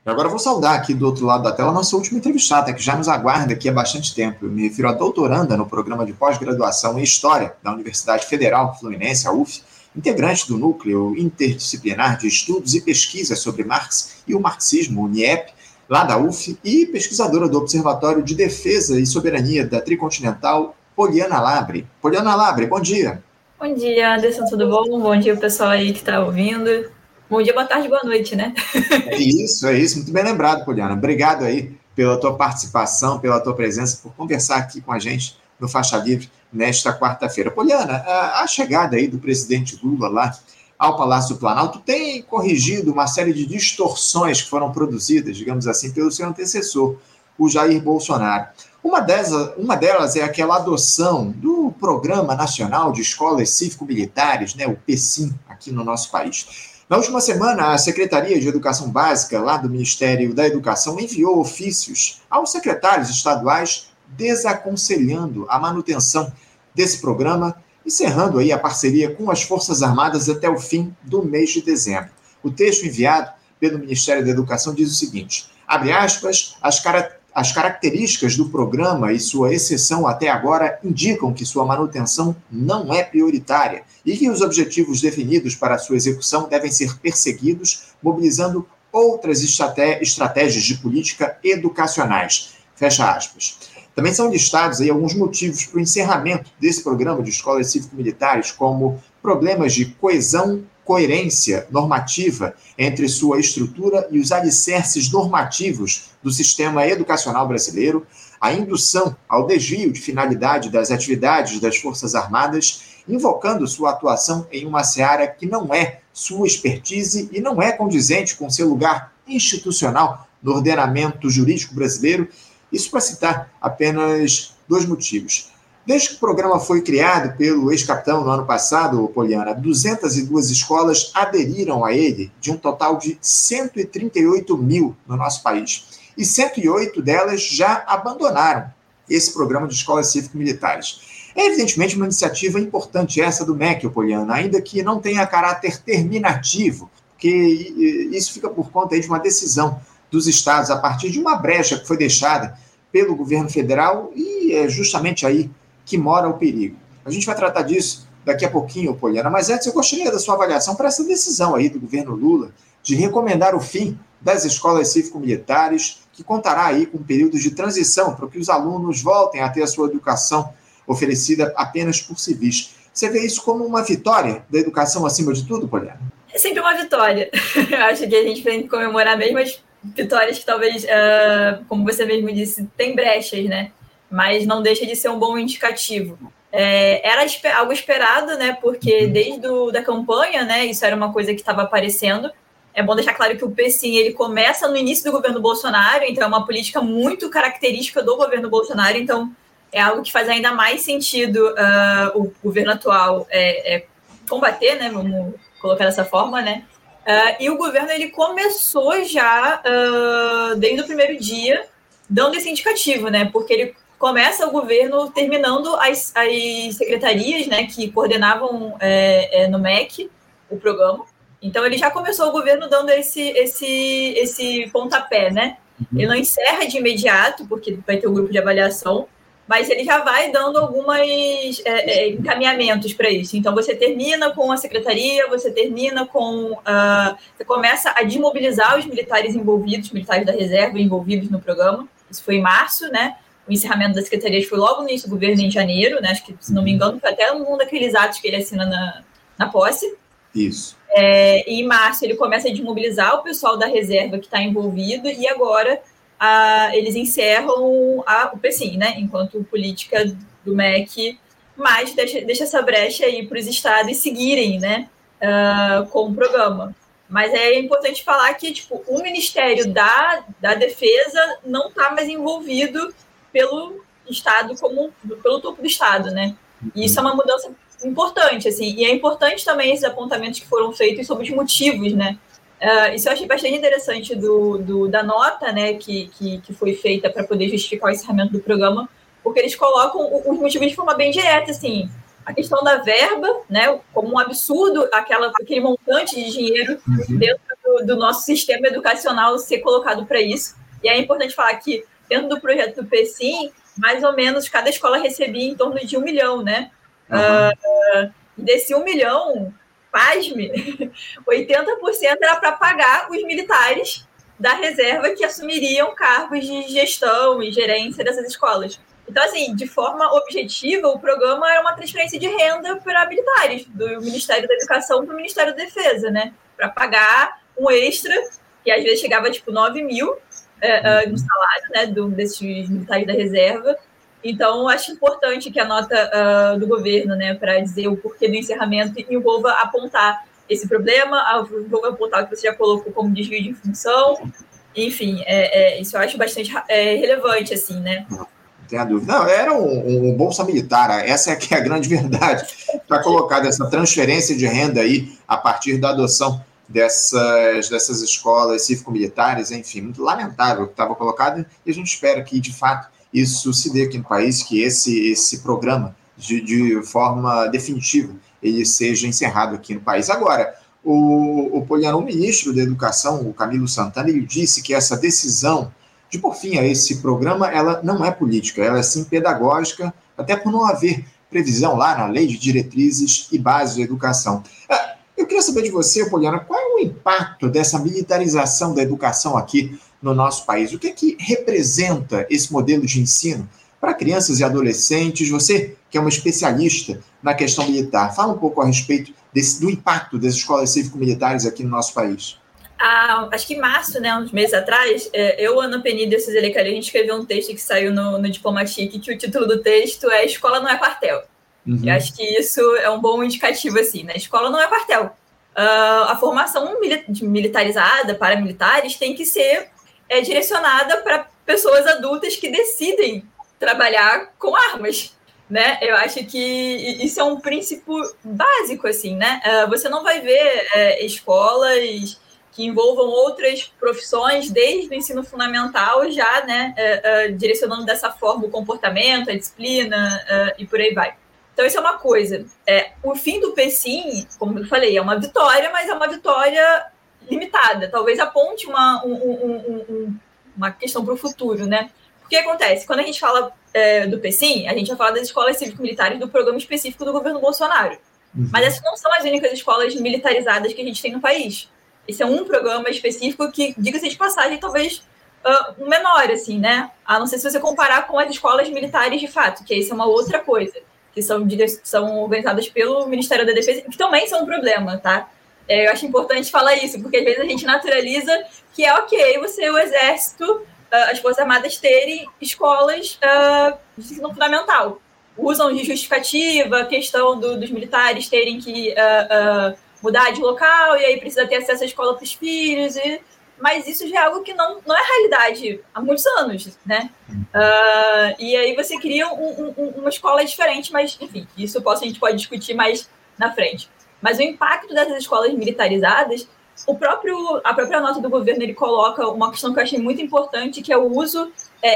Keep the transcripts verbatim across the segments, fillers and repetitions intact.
E agora eu vou saudar aqui do outro lado da tela a nossa última entrevistada, que já nos aguarda aqui há bastante tempo. Eu me refiro à doutoranda no programa de pós-graduação em História da Universidade Federal Fluminense, a U F, integrante do Núcleo Interdisciplinar de Estudos e Pesquisas sobre Marx e o Marxismo, o NIEP, lá da U F, e pesquisadora do Observatório de Defesa e Soberania da Tricontinental, Poliana Labre. Poliana Labre, bom dia. Bom dia, Anderson, tudo bom? Bom dia, pessoal aí que está ouvindo. Bom dia, boa tarde, boa noite, né? É isso, é isso. Muito bem lembrado, Poliana. Obrigado aí pela tua participação, pela tua presença, por conversar aqui com a gente no Faixa Livre nesta quarta-feira. Poliana, a chegada aí do presidente Lula lá ao Palácio do Planalto tem corrigido uma série de distorções que foram produzidas, digamos assim, pelo seu antecessor, o Jair Bolsonaro. Uma delas, uma delas é aquela adoção do Programa Nacional de Escolas Cívico-Militares, né, o PECIM, aqui no nosso país. Na última semana, a Secretaria de Educação Básica, lá do Ministério da Educação, enviou ofícios aos secretários estaduais desaconselhando a manutenção desse programa, encerrando aí a parceria com as Forças Armadas até o fim do mês de dezembro. O texto enviado pelo Ministério da Educação diz o seguinte, abre aspas, as características As características do programa e sua exceção até agora indicam que sua manutenção não é prioritária e que os objetivos definidos para sua execução devem ser perseguidos, mobilizando outras estratégias de política educacionais. Fecha aspas. Também são listados aí alguns motivos para o encerramento desse programa de escolas cívico-militares, como problemas de coesão, coerência normativa entre sua estrutura e os alicerces normativos do sistema educacional brasileiro, a indução ao desvio de finalidade das atividades das Forças Armadas, invocando sua atuação em uma seara que não é sua expertise e não é condizente com seu lugar institucional no ordenamento jurídico brasileiro, isso para citar apenas dois motivos. Desde que o programa foi criado pelo ex-capitão no ano passado, Poliana, duzentas e duas escolas aderiram a ele, de um total de cento e trinta e oito mil no nosso país. E cento e oito delas já abandonaram esse programa de escolas cívico-militares. É evidentemente uma iniciativa importante essa do M E C, Poliana, ainda que não tenha caráter terminativo, porque isso fica por conta aí de uma decisão dos estados a partir de uma brecha que foi deixada pelo governo federal e é justamente aí que mora o perigo. A gente vai tratar disso daqui a pouquinho, Poliana, mas antes eu gostaria da sua avaliação para essa decisão aí do governo Lula de recomendar o fim das escolas cívico-militares, que contará aí com períodos de transição para que os alunos voltem a ter a sua educação oferecida apenas por civis. Você vê isso como uma vitória da educação acima de tudo, Poliana? É sempre uma vitória. Eu acho que a gente tem que comemorar mesmo as vitórias que talvez, uh, como você mesmo disse, tem brechas, né? Mas não deixa de ser um bom indicativo. É, era algo esperado, né? Porque desde do, da campanha, né? Isso era uma coisa que estava aparecendo. É bom deixar claro que o PECIM, ele começa no início do governo Bolsonaro, então é uma política muito característica do governo Bolsonaro, então é algo que faz ainda mais sentido uh, o governo atual é, é combater, né? Vamos colocar dessa forma, né? Uh, e o governo, ele começou já, uh, desde o primeiro dia, dando esse indicativo, né? Porque ele começa o governo terminando as, as secretarias, né, que coordenavam é, é, no M E C o programa. Então, ele já começou o governo dando esse, esse, esse pontapé, né? Uhum. Ele não encerra de imediato, porque vai ter um grupo de avaliação, mas ele já vai dando alguns é, é, encaminhamentos para isso. Então, você termina com a secretaria, você termina com... Uh, você começa a desmobilizar os militares envolvidos, militares da reserva envolvidos no programa. Isso foi em março, né? O encerramento das secretarias foi logo no início do governo, em janeiro, né? Acho que, se não me engano, foi até um daqueles atos que ele assina na, na posse. Isso. É, e em março ele começa a desmobilizar o pessoal da reserva que está envolvido e agora a, eles encerram a, o PECIM, né? Enquanto política do M E C, mas deixa, deixa essa brecha aí para os estados seguirem, né? Uh, com o programa. Mas é importante falar que tipo, o Ministério da, da Defesa não está mais envolvido pelo Estado, como pelo topo do Estado, né? E isso é uma mudança importante, assim, e é importante também esses apontamentos que foram feitos sobre os motivos, né? Uh, isso eu achei bastante interessante do, do, da nota, né, que, que, que foi feita para poder justificar o encerramento do programa, porque eles colocam os motivos de forma bem direta, assim, a questão da verba, né, como um absurdo, aquela, aquele montante de dinheiro dentro do, do, do nosso sistema educacional ser colocado para isso. E é importante falar que, dentro do projeto do PECIM, mais ou menos cada escola recebia em torno de um milhão, né? Uhum. Uh, desse um milhão, pasme, oitenta por cento era para pagar os militares da reserva que assumiriam cargos de gestão e gerência dessas escolas. Então, assim, de forma objetiva, o programa era uma transferência de renda para militares, do Ministério da Educação para o Ministério da Defesa, né? Para pagar um extra, que às vezes chegava, tipo, nove mil é, uh, no salário, né, do, desses militares da reserva. Então, acho importante que a nota uh, do governo, né, para dizer o porquê do encerramento, envolva apontar esse problema, envolva apontar o que você já colocou como desvio de função. Enfim, é, é, isso eu acho bastante é, relevante, assim, né? Não tem a dúvida. Não, era um, um bolsa militar, essa é que é a grande verdade. Está colocada essa transferência de renda aí a partir da adoção dessas, dessas escolas cívico-militares, enfim, muito lamentável o que estava colocado, e a gente espera que, de fato, isso se dê aqui no país, que esse, esse programa, de, de forma definitiva, ele seja encerrado aqui no país. Agora, o, o Poliana, o ministro da Educação, o Camilo Santana, ele disse que essa decisão de por fim a esse programa, ela não é política, ela é sim pedagógica, até por não haver previsão lá na Lei de Diretrizes e Bases da Educação. Eu queria saber de você, Poliana, qual é o impacto dessa militarização da educação aqui no nosso país? O que é que representa esse modelo de ensino para crianças e adolescentes? Você, que é uma especialista na questão militar, fala um pouco a respeito desse, do impacto das escolas cívico-militares aqui no nosso país. Ah, acho que em março, né, uns meses atrás, eu, Ana Penida e o Cisele Calil, a gente escreveu um texto que saiu no, no Diplomatique, que o título do texto é Escola não é quartel. Uhum. Eu acho que isso é um bom indicativo, assim, né? Escola não é quartel. Uh, a formação militarizada para militares tem que ser é, direcionada para pessoas adultas que decidem trabalhar com armas, né? Eu acho que isso é um princípio básico, assim, né? Uh, você não vai ver é, escolas que envolvam outras profissões desde o ensino fundamental já, né, uh, uh, direcionando dessa forma o comportamento, a disciplina uh, e por aí vai. Então, isso é uma coisa. É, o fim do PECIM, como eu falei, é uma vitória, mas é uma vitória limitada. Talvez aponte uma, um, um, um, uma questão para o futuro, né? O que acontece? Quando a gente fala é, do PECIM, a gente vai falar das escolas cívico-militares do programa específico do governo Bolsonaro. Uhum. Mas essas não são as únicas escolas militarizadas que a gente tem no país. Esse é um programa específico que, diga-se de passagem, talvez uh, um menor, assim, né? A não ser se você comparar com as escolas militares de fato, que isso é uma outra coisa, que são, são organizadas pelo Ministério da Defesa, que também são um problema, tá? É, eu acho importante falar isso, porque às vezes a gente naturaliza que é ok você, o Exército, uh, as Forças Armadas terem escolas uh, de ensino fundamental. Usam de justificativa a questão do, dos militares terem que uh, uh, mudar de local, e aí precisa ter acesso à escola para os filhos, e... mas isso já é algo que não, não é realidade há muitos anos, né? Uh, e aí você cria um, um, uma escola diferente, mas, enfim, isso posso, a gente pode discutir mais na frente. Mas o impacto dessas escolas militarizadas, o próprio, a própria nota do governo, ele coloca uma questão que eu achei muito importante, que é o uso,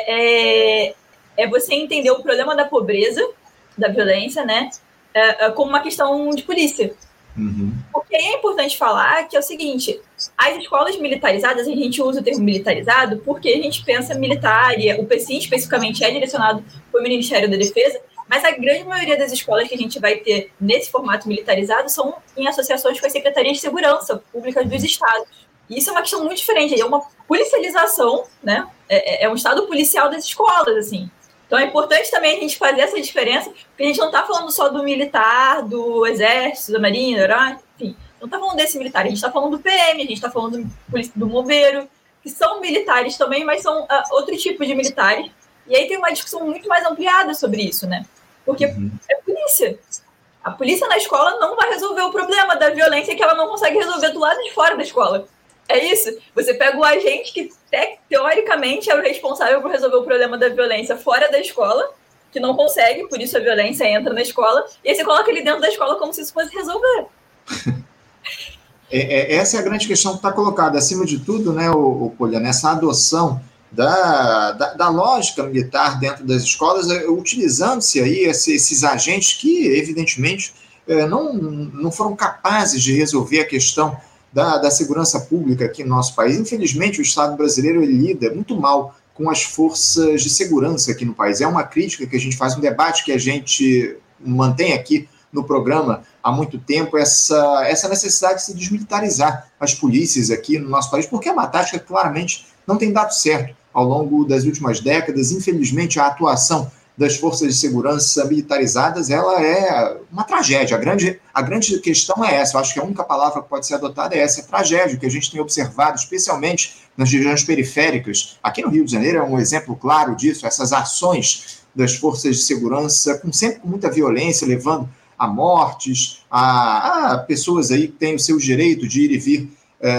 é, é, é você entender o problema da pobreza, da violência, né, é, é, como uma questão de polícia. Uhum. Porque é importante falar que é o seguinte, as escolas militarizadas, a gente usa o termo militarizado porque a gente pensa militar, e o PECIM especificamente é direcionado para o Ministério da Defesa, mas a grande maioria das escolas que a gente vai ter nesse formato militarizado são em associações com as secretarias de segurança públicas dos estados. E isso é uma questão muito diferente, é uma policialização, né? É, é um estado policial das escolas, assim. Então é importante também a gente fazer essa diferença, porque a gente não está falando só do militar, do exército, da marinha, enfim, não está falando desse militar, a gente está falando do P M, a gente está falando do, do bombeiro, que são militares também, mas são uh, outro tipo de militares. E aí tem uma discussão muito mais ampliada sobre isso, né? Porque uhum. é polícia. A polícia na escola não vai resolver o problema da violência que ela não consegue resolver do lado de fora da escola. É isso. Você pega o agente que, teoricamente, é o responsável por resolver o problema da violência fora da escola, que não consegue, por isso a violência entra na escola, e aí você coloca ele dentro da escola como se isso fosse resolver. É, é, essa é a grande questão que está colocada, acima de tudo, né, o, o Poliana, essa adoção da, da, da lógica militar dentro das escolas, utilizando-se aí esse, esses agentes que, evidentemente, não, não foram capazes de resolver a questão da, da segurança pública aqui no nosso país. Infelizmente, o Estado brasileiro ele lida muito mal com as forças de segurança aqui no país. É uma crítica que a gente faz, um debate que a gente mantém aqui no programa há muito tempo, essa, essa necessidade de se desmilitarizar as polícias aqui no nosso país, porque é uma tática que claramente não tem dado certo ao longo das últimas décadas. Infelizmente, a atuação das forças de segurança militarizadas, ela é uma tragédia. A grande, a grande questão é essa. Eu acho que a única palavra que pode ser adotada é essa, é tragédia, que a gente tem observado, especialmente nas regiões periféricas. Aqui no Rio de Janeiro é um exemplo claro disso, essas ações das forças de segurança, com, sempre com muita violência, levando a mortes, a, a pessoas aí que têm o seu direito de ir e vir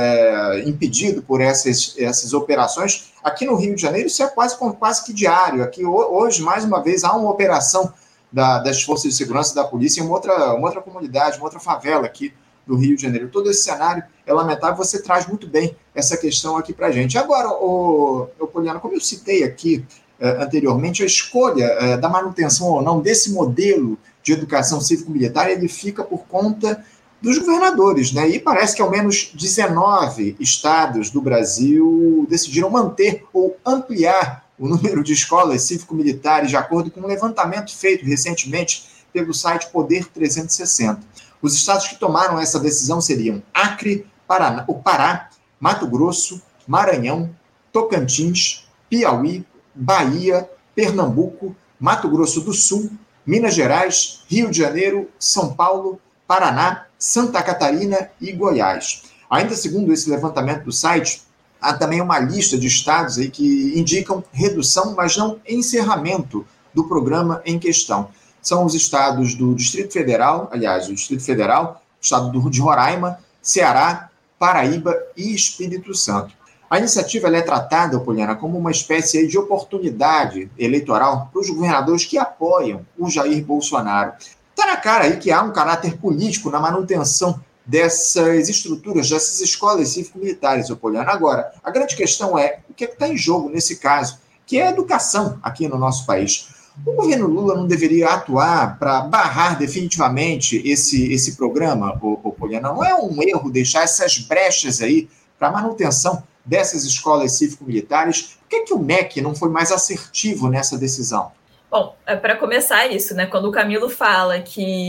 é, impedido por essas, essas operações. Aqui no Rio de Janeiro isso é quase, quase que diário. Aqui hoje, mais uma vez, há uma operação da, das forças de segurança da polícia em uma outra, uma outra comunidade, uma outra favela aqui do Rio de Janeiro. Todo esse cenário é lamentável, você traz muito bem essa questão aqui para a gente. Agora, o, o Poliana, como eu citei aqui eh, anteriormente, a escolha eh, da manutenção ou não desse modelo de educação cívico-militar, ele fica por conta dos governadores, né? E parece que ao menos dezenove estados do Brasil decidiram manter ou ampliar o número de escolas cívico-militares, de acordo com um levantamento feito recentemente pelo site Poder trezentos e sessenta. Os estados que tomaram essa decisão seriam Acre, Paraná, o Pará, Mato Grosso, Maranhão, Tocantins, Piauí, Bahia, Pernambuco, Mato Grosso do Sul, Minas Gerais, Rio de Janeiro, São Paulo, Paraná, Santa Catarina e Goiás. Ainda segundo esse levantamento do site, há também uma lista de estados aí que indicam redução, mas não encerramento do programa em questão. São os estados do Distrito Federal, aliás, o Distrito Federal, o estado de Roraima, Ceará, Paraíba e Espírito Santo. A iniciativa ela é tratada, Poliana, como uma espécie de oportunidade eleitoral para os governadores que apoiam o Jair Bolsonaro. Está na cara aí que há um caráter político na manutenção dessas estruturas, dessas escolas cívico-militares, Poliana. Agora, a grande questão é o que é que está em jogo nesse caso, que é a educação aqui no nosso país. O governo Lula não deveria atuar para barrar definitivamente esse, esse programa, Poliana? Não é um erro deixar essas brechas aí para a manutenção dessas escolas cívico-militares? Por que, que o M E C não foi mais assertivo nessa decisão? Bom, é para começar isso, né? Quando o Camilo fala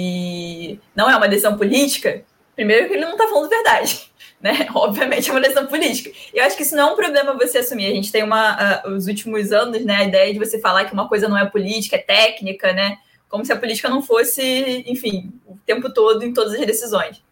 que não é uma decisão política, primeiro que ele não está falando verdade, né? Obviamente é uma decisão política. Eu acho que isso não é um problema você assumir. A gente tem uma, uh, os últimos anos, né, a ideia de você falar que uma coisa não é política, é técnica, né? Como se a política não fosse, enfim, o tempo todo em todas as decisões.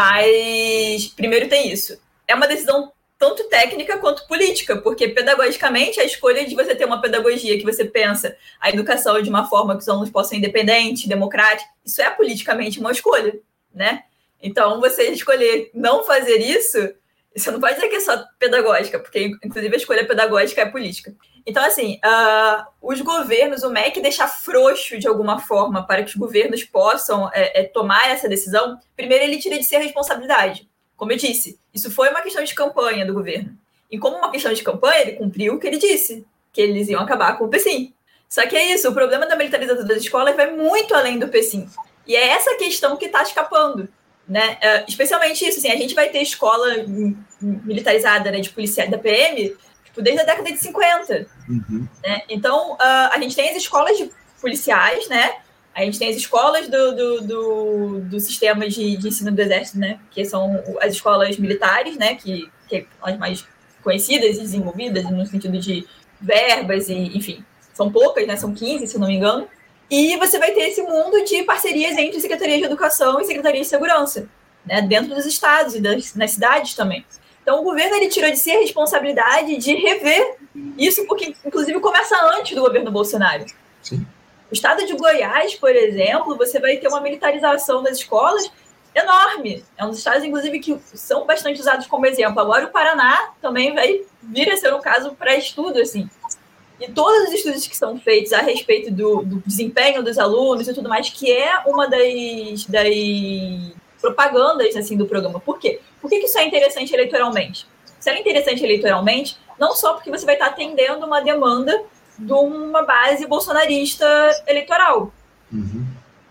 Mas, primeiro tem isso. É uma decisão tanto técnica quanto política, porque pedagogicamente a escolha de você ter uma pedagogia que você pensa a educação de uma forma que os alunos possam ser independentes, democráticos, isso é politicamente uma escolha, né? Então, você escolher não fazer isso, você não pode dizer que é só pedagógica, porque, inclusive, a escolha pedagógica é política. Então, assim, uh, os governos, o M E C deixar frouxo de alguma forma para que os governos possam é, é, tomar essa decisão, primeiro ele tira de si a responsabilidade. Como eu disse, isso foi uma questão de campanha do governo. E como uma questão de campanha, ele cumpriu o que ele disse, que eles iam acabar com o PECIM. Só que é isso, o problema da militarização das escolas vai muito além do PECIM. E é essa questão que está escapando, né? Uh, especialmente isso, assim, a gente vai ter escola militarizada, né, de policiais da P M, tipo, desde a década de cinquenta. Uhum. Né? Então, uh, a gente tem as escolas de policiais, né? A gente tem as escolas do, do, do, do sistema de, de ensino do Exército, né? Que são as escolas militares, né? Que, que são as mais conhecidas e desenvolvidas no sentido de verbas, e, enfim, são poucas, né? São quinze, se não me engano. E você vai ter esse mundo de parcerias entre Secretarias de Educação e Secretarias de Segurança, né? Dentro dos estados e das, nas cidades também. Então, o governo ele tirou de si a responsabilidade de rever isso, porque, inclusive, começa antes do governo Bolsonaro. Sim. O estado de Goiás, por exemplo, você vai ter uma militarização das escolas enorme. É um dos estados, inclusive, que são bastante usados como exemplo. Agora, o Paraná também vai vir a ser um caso para estudo, assim. E todos os estudos que são feitos a respeito do, do desempenho dos alunos e tudo mais, que é uma das, das propagandas, assim, do programa. Por quê? Por que, que isso é interessante eleitoralmente? Isso é interessante eleitoralmente não só porque você vai estar atendendo uma demanda de uma base bolsonarista eleitoral. Uhum.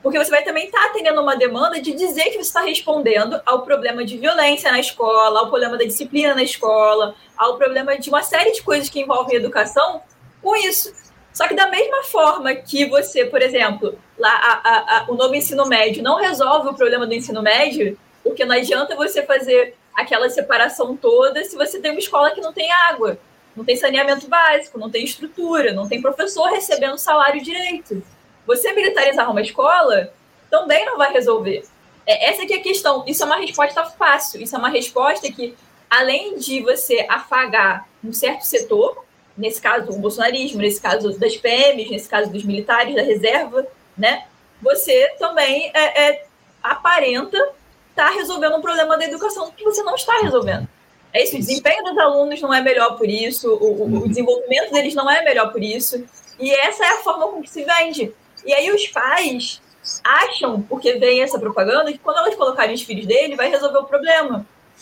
Porque você vai também estar tá atendendo uma demanda de dizer que você está respondendo ao problema de violência na escola, ao problema da disciplina na escola, ao problema de uma série de coisas que envolvem educação com isso. Só que da mesma forma que você, por exemplo, lá a, a, a, o novo ensino médio não resolve o problema do ensino médio, porque não adianta você fazer aquela separação toda se você tem uma escola que não tem água, não tem saneamento básico, não tem estrutura, não tem professor recebendo salário direito. Você militarizar uma escola também não vai resolver. É, essa aqui é a questão. Isso é uma resposta fácil. Isso é uma resposta que, além de você afagar um certo setor, nesse caso o bolsonarismo, nesse caso das P Ms, nesse caso dos militares, da reserva, né? Você também é, é, aparenta estar resolvendo um problema da educação que você não está resolvendo. É isso, o desempenho dos alunos não é melhor por isso, o, o desenvolvimento deles não é melhor por isso, e essa é a forma com que se vende. E aí os pais acham, porque vem essa propaganda, que quando elas colocarem os filhos dele, vai resolver o problema.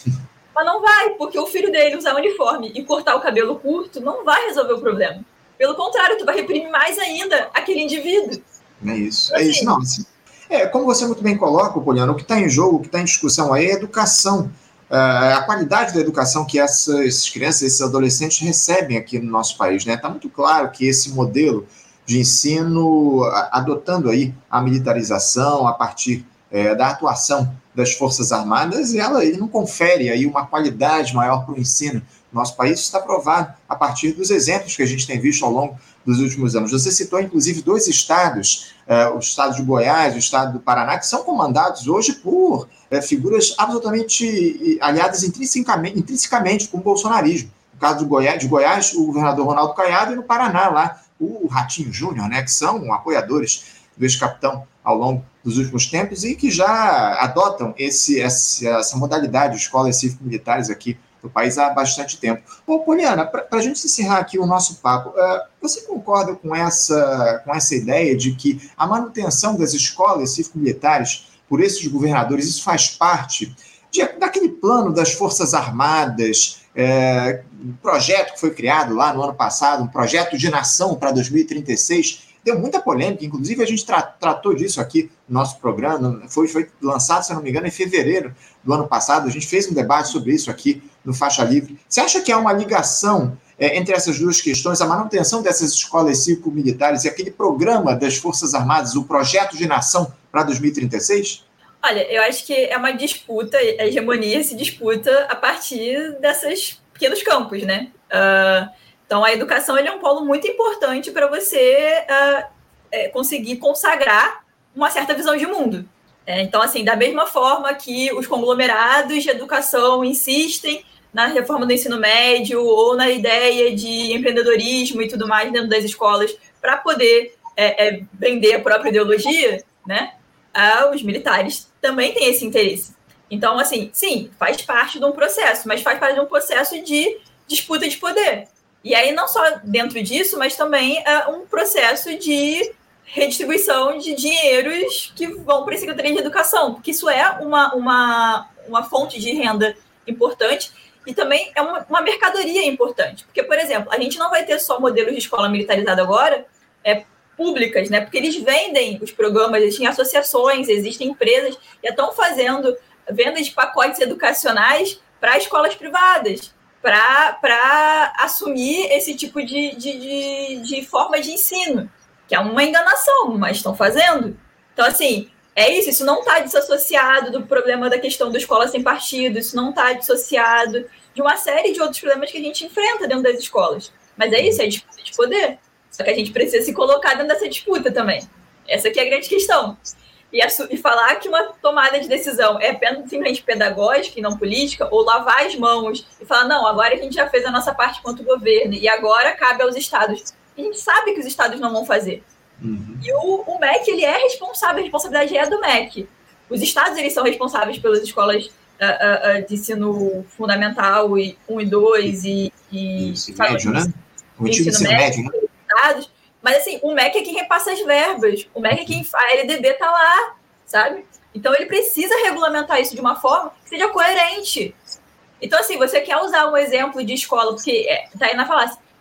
Mas não vai, porque o filho dele usar uniforme e cortar o cabelo curto não vai resolver o problema. Pelo contrário, tu vai reprimir mais ainda aquele indivíduo. É isso, é assim, isso. Não, assim, é, como você muito bem coloca, Poliana, o que está em jogo, o que está em discussão aí é a educação. Uh, a qualidade da educação que essas crianças, esses adolescentes recebem aqui no nosso país, né? Está muito claro que esse modelo de ensino, adotando aí a militarização a partir é, da atuação das Forças Armadas, ela, ele não confere aí uma qualidade maior para o ensino. Nosso país está provado a partir dos exemplos que a gente tem visto ao longo dos últimos anos. Você citou, inclusive, dois estados, é, o estado de Goiás e o estado do Paraná, que são comandados hoje por é, figuras absolutamente aliadas intrinsecamente, intrinsecamente com o bolsonarismo. No caso do Goiás, de Goiás, o governador Ronaldo Caiado, e no Paraná, lá, o Ratinho Júnior, né, que são apoiadores do ex-capitão ao longo dos últimos tempos e que já adotam esse, essa, essa modalidade de escolas cívico-militares aqui no país há bastante tempo. Bom, Poliana, para a gente encerrar aqui o nosso papo, uh, você concorda com essa, com essa ideia de que a manutenção das escolas cívico-militares por esses governadores, isso faz parte de, daquele plano das Forças Armadas, é, um projeto que foi criado lá no ano passado, um projeto de nação para dois mil e trinta e seis, deu muita polêmica, inclusive a gente tra- tratou disso aqui no nosso programa, foi, foi lançado, se eu não me engano, em fevereiro do ano passado, a gente fez um debate sobre isso aqui no Faixa Livre. Você acha que há uma ligação é, entre essas duas questões, a manutenção dessas escolas cívico-militares e aquele programa das Forças Armadas, o projeto de nação para dois mil e trinta e seis? Olha, eu acho que é uma disputa, a hegemonia se disputa a partir desses pequenos campos, né? Uh, então, a educação ele é um polo muito importante para você uh, é, conseguir consagrar uma certa visão de mundo. É, então, assim, da mesma forma que os conglomerados de educação insistem na reforma do ensino médio ou na ideia de empreendedorismo e tudo mais dentro das escolas para poder é, é, vender a própria ideologia, né? Ah, os militares também têm esse interesse. Então, assim, sim, faz parte de um processo, mas faz parte de um processo de disputa de poder. E aí, não só dentro disso, mas também é um processo de redistribuição de dinheiros que vão para a Secretaria de Educação, porque isso é uma, uma, uma fonte de renda importante e também é uma, uma mercadoria importante. Porque, por exemplo, a gente não vai ter só modelos de escola militarizada agora, é, públicas, né? Porque eles vendem os programas, existem associações, existem empresas que estão fazendo venda de pacotes educacionais para escolas privadas, para assumir esse tipo de, de, de, de forma de ensino, que é uma enganação, mas estão fazendo. Então, assim, é isso, isso não está desassociado do problema da questão da escola sem partido, isso não está dissociado de uma série de outros problemas que a gente enfrenta dentro das escolas. Mas é isso, é disputa de poder. Só que a gente precisa se colocar dentro dessa disputa também. Essa aqui é a grande questão. E, a, e falar que uma tomada de decisão é simplesmente pedagógica e não política, ou lavar as mãos e falar, não, agora a gente já fez a nossa parte quanto governo, e agora cabe aos estados. A gente sabe que os estados não vão fazer. Uhum. E o, o M E C, ele é responsável, a responsabilidade é do M E C. Os estados, eles são responsáveis pelas escolas uh, uh, de ensino fundamental, e um e dois, e... e ensino médio, né? O ensino, ensino médio, médio, né? Estados. Mas, assim, o M E C é quem repassa as verbas. O M E C é quem faz, a L D B está lá, sabe? Então, ele precisa regulamentar isso de uma forma que seja coerente. Então, assim, você quer usar um exemplo de escola, porque é, tá aí na falácia,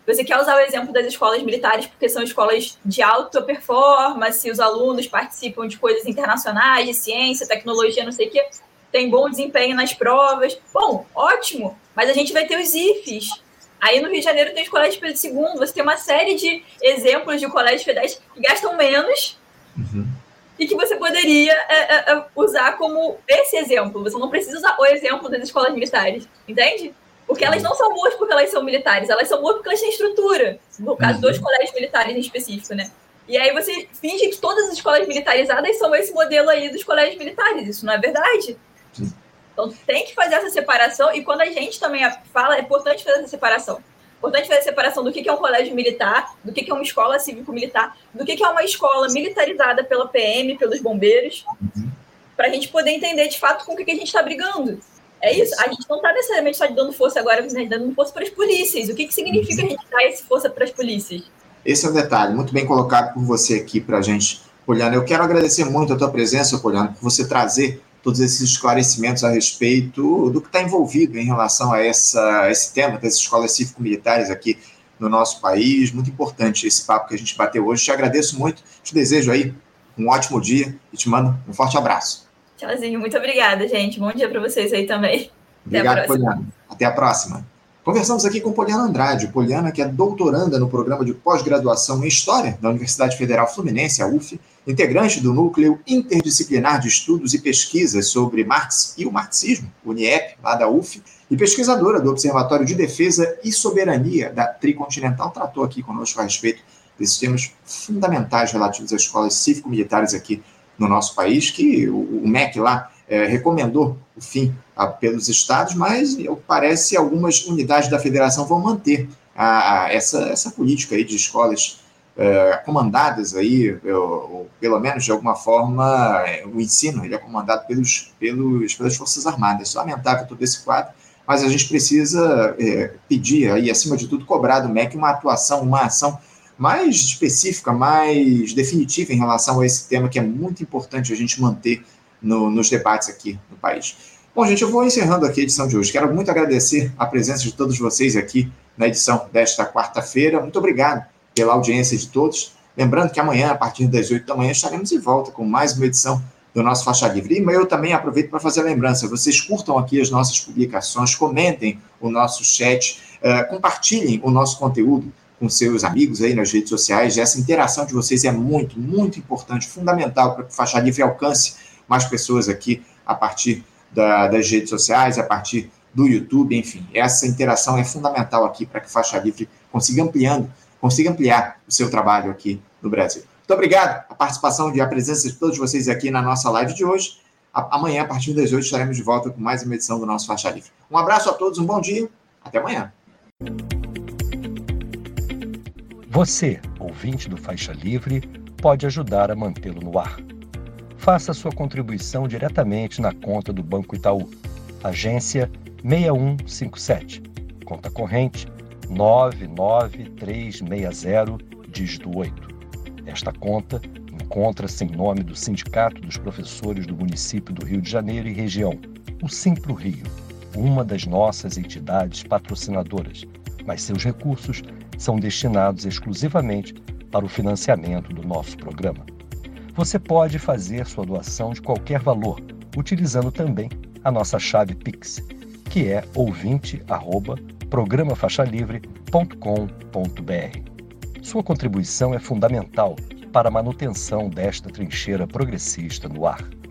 Você quer usar o exemplo das escolas militares porque são escolas de alta performance, os alunos participam de coisas internacionais, de ciência, tecnologia, não sei o quê, tem bom desempenho nas provas. Bom, ótimo, mas a gente vai ter os I F Es. Aí no Rio de Janeiro tem os colégios Pedro segundo, você tem uma série de exemplos de colégios federais que gastam menos uhum. e que você poderia é, é, usar como esse exemplo. Você não precisa usar o exemplo das escolas militares, entende? Porque elas não são boas porque elas são militares, elas são boas porque elas têm estrutura. No caso, uhum. dos colégios militares em específico, né? E aí você finge que todas as escolas militarizadas são esse modelo aí dos colégios militares. Isso não é verdade? Sim. Então tem que fazer essa separação, e quando a gente também fala, é importante fazer essa separação. É importante fazer a separação do que é um colégio militar, do que é uma escola cívico-militar, do que é uma escola militarizada pela P M, pelos bombeiros, uhum. para a gente poder entender de fato com o que a gente está brigando. É isso, a gente não está necessariamente só dando força agora, né, dando força para as polícias. O que, que significa a gente dar essa força para as polícias? Esse é o detalhe, muito bem colocado por você aqui para a gente, Poliana. Eu quero agradecer muito a tua presença, Poliana, por você trazer todos esses esclarecimentos a respeito do que está envolvido em relação a essa, esse tema das escolas cívico-militares aqui no nosso país. Muito importante esse papo que a gente bateu hoje. Te agradeço muito, te desejo aí um ótimo dia e te mando um forte abraço. Tchauzinho, muito obrigada, gente. Bom dia para vocês aí também. Obrigado, Poliana. Até a próxima. Conversamos aqui com Poliana Andrade, Poliana que é doutoranda no programa de pós-graduação em História da Universidade Federal Fluminense, a U F, integrante do Núcleo Interdisciplinar de Estudos e Pesquisas sobre Marx e o Marxismo, o NIEP, lá da U F, e pesquisadora do Observatório de Defesa e Soberania da Tricontinental. Tratou aqui conosco a respeito desses temas fundamentais relativos às escolas cívico-militares aqui no nosso país, que o, o M E C lá é, recomendou o fim a, pelos estados, mas parece algumas unidades da federação vão manter a, a, essa, essa política aí de escolas é, comandadas aí, eu, ou, pelo menos de alguma forma, é, o ensino ele é comandado pelos, pelos, pelas Forças Armadas. Lamentável todo esse quadro, mas a gente precisa é, pedir aí, acima de tudo, cobrar do M E C uma atuação, uma ação mais específica, mais definitiva em relação a esse tema que é muito importante a gente manter no, nos debates aqui no país. Bom, gente, eu vou encerrando aqui a edição de hoje. Quero muito agradecer a presença de todos vocês aqui na edição desta quarta-feira. Muito obrigado pela audiência de todos. Lembrando que amanhã, a partir das oito da manhã, estaremos de volta com mais uma edição do nosso Faixa Livre. E eu também aproveito para fazer a lembrança, vocês curtam aqui as nossas publicações, comentem o nosso chat, uh, compartilhem o nosso conteúdo com seus amigos aí nas redes sociais. Essa interação de vocês é muito, muito importante, fundamental para que o Faixa Livre alcance mais pessoas aqui a partir da, das redes sociais, a partir do YouTube, enfim. Essa interação é fundamental aqui para que o Faixa Livre consiga ampliando, consiga ampliar o seu trabalho aqui no Brasil. Muito obrigado a participação e a presença de todos vocês aqui na nossa live de hoje. A, amanhã, a partir das oito, estaremos de volta com mais uma edição do nosso Faixa Livre. Um abraço a todos, um bom dia, até amanhã. Você, ouvinte do Faixa Livre, pode ajudar a mantê-lo no ar. Faça sua contribuição diretamente na conta do Banco Itaú, agência seis um cinco sete, conta corrente nove nove três seis zero, dígito oito. Esta conta encontra-se em nome do Sindicato dos Professores do Município do Rio de Janeiro e região, o Simpro Rio, uma das nossas entidades patrocinadoras, mas seus recursos são destinados exclusivamente para o financiamento do nosso programa. Você pode fazer sua doação de qualquer valor, utilizando também a nossa chave Pix, que é ouvinte arroba programa faixa livre ponto com ponto br. Sua contribuição é fundamental para a manutenção desta trincheira progressista no ar.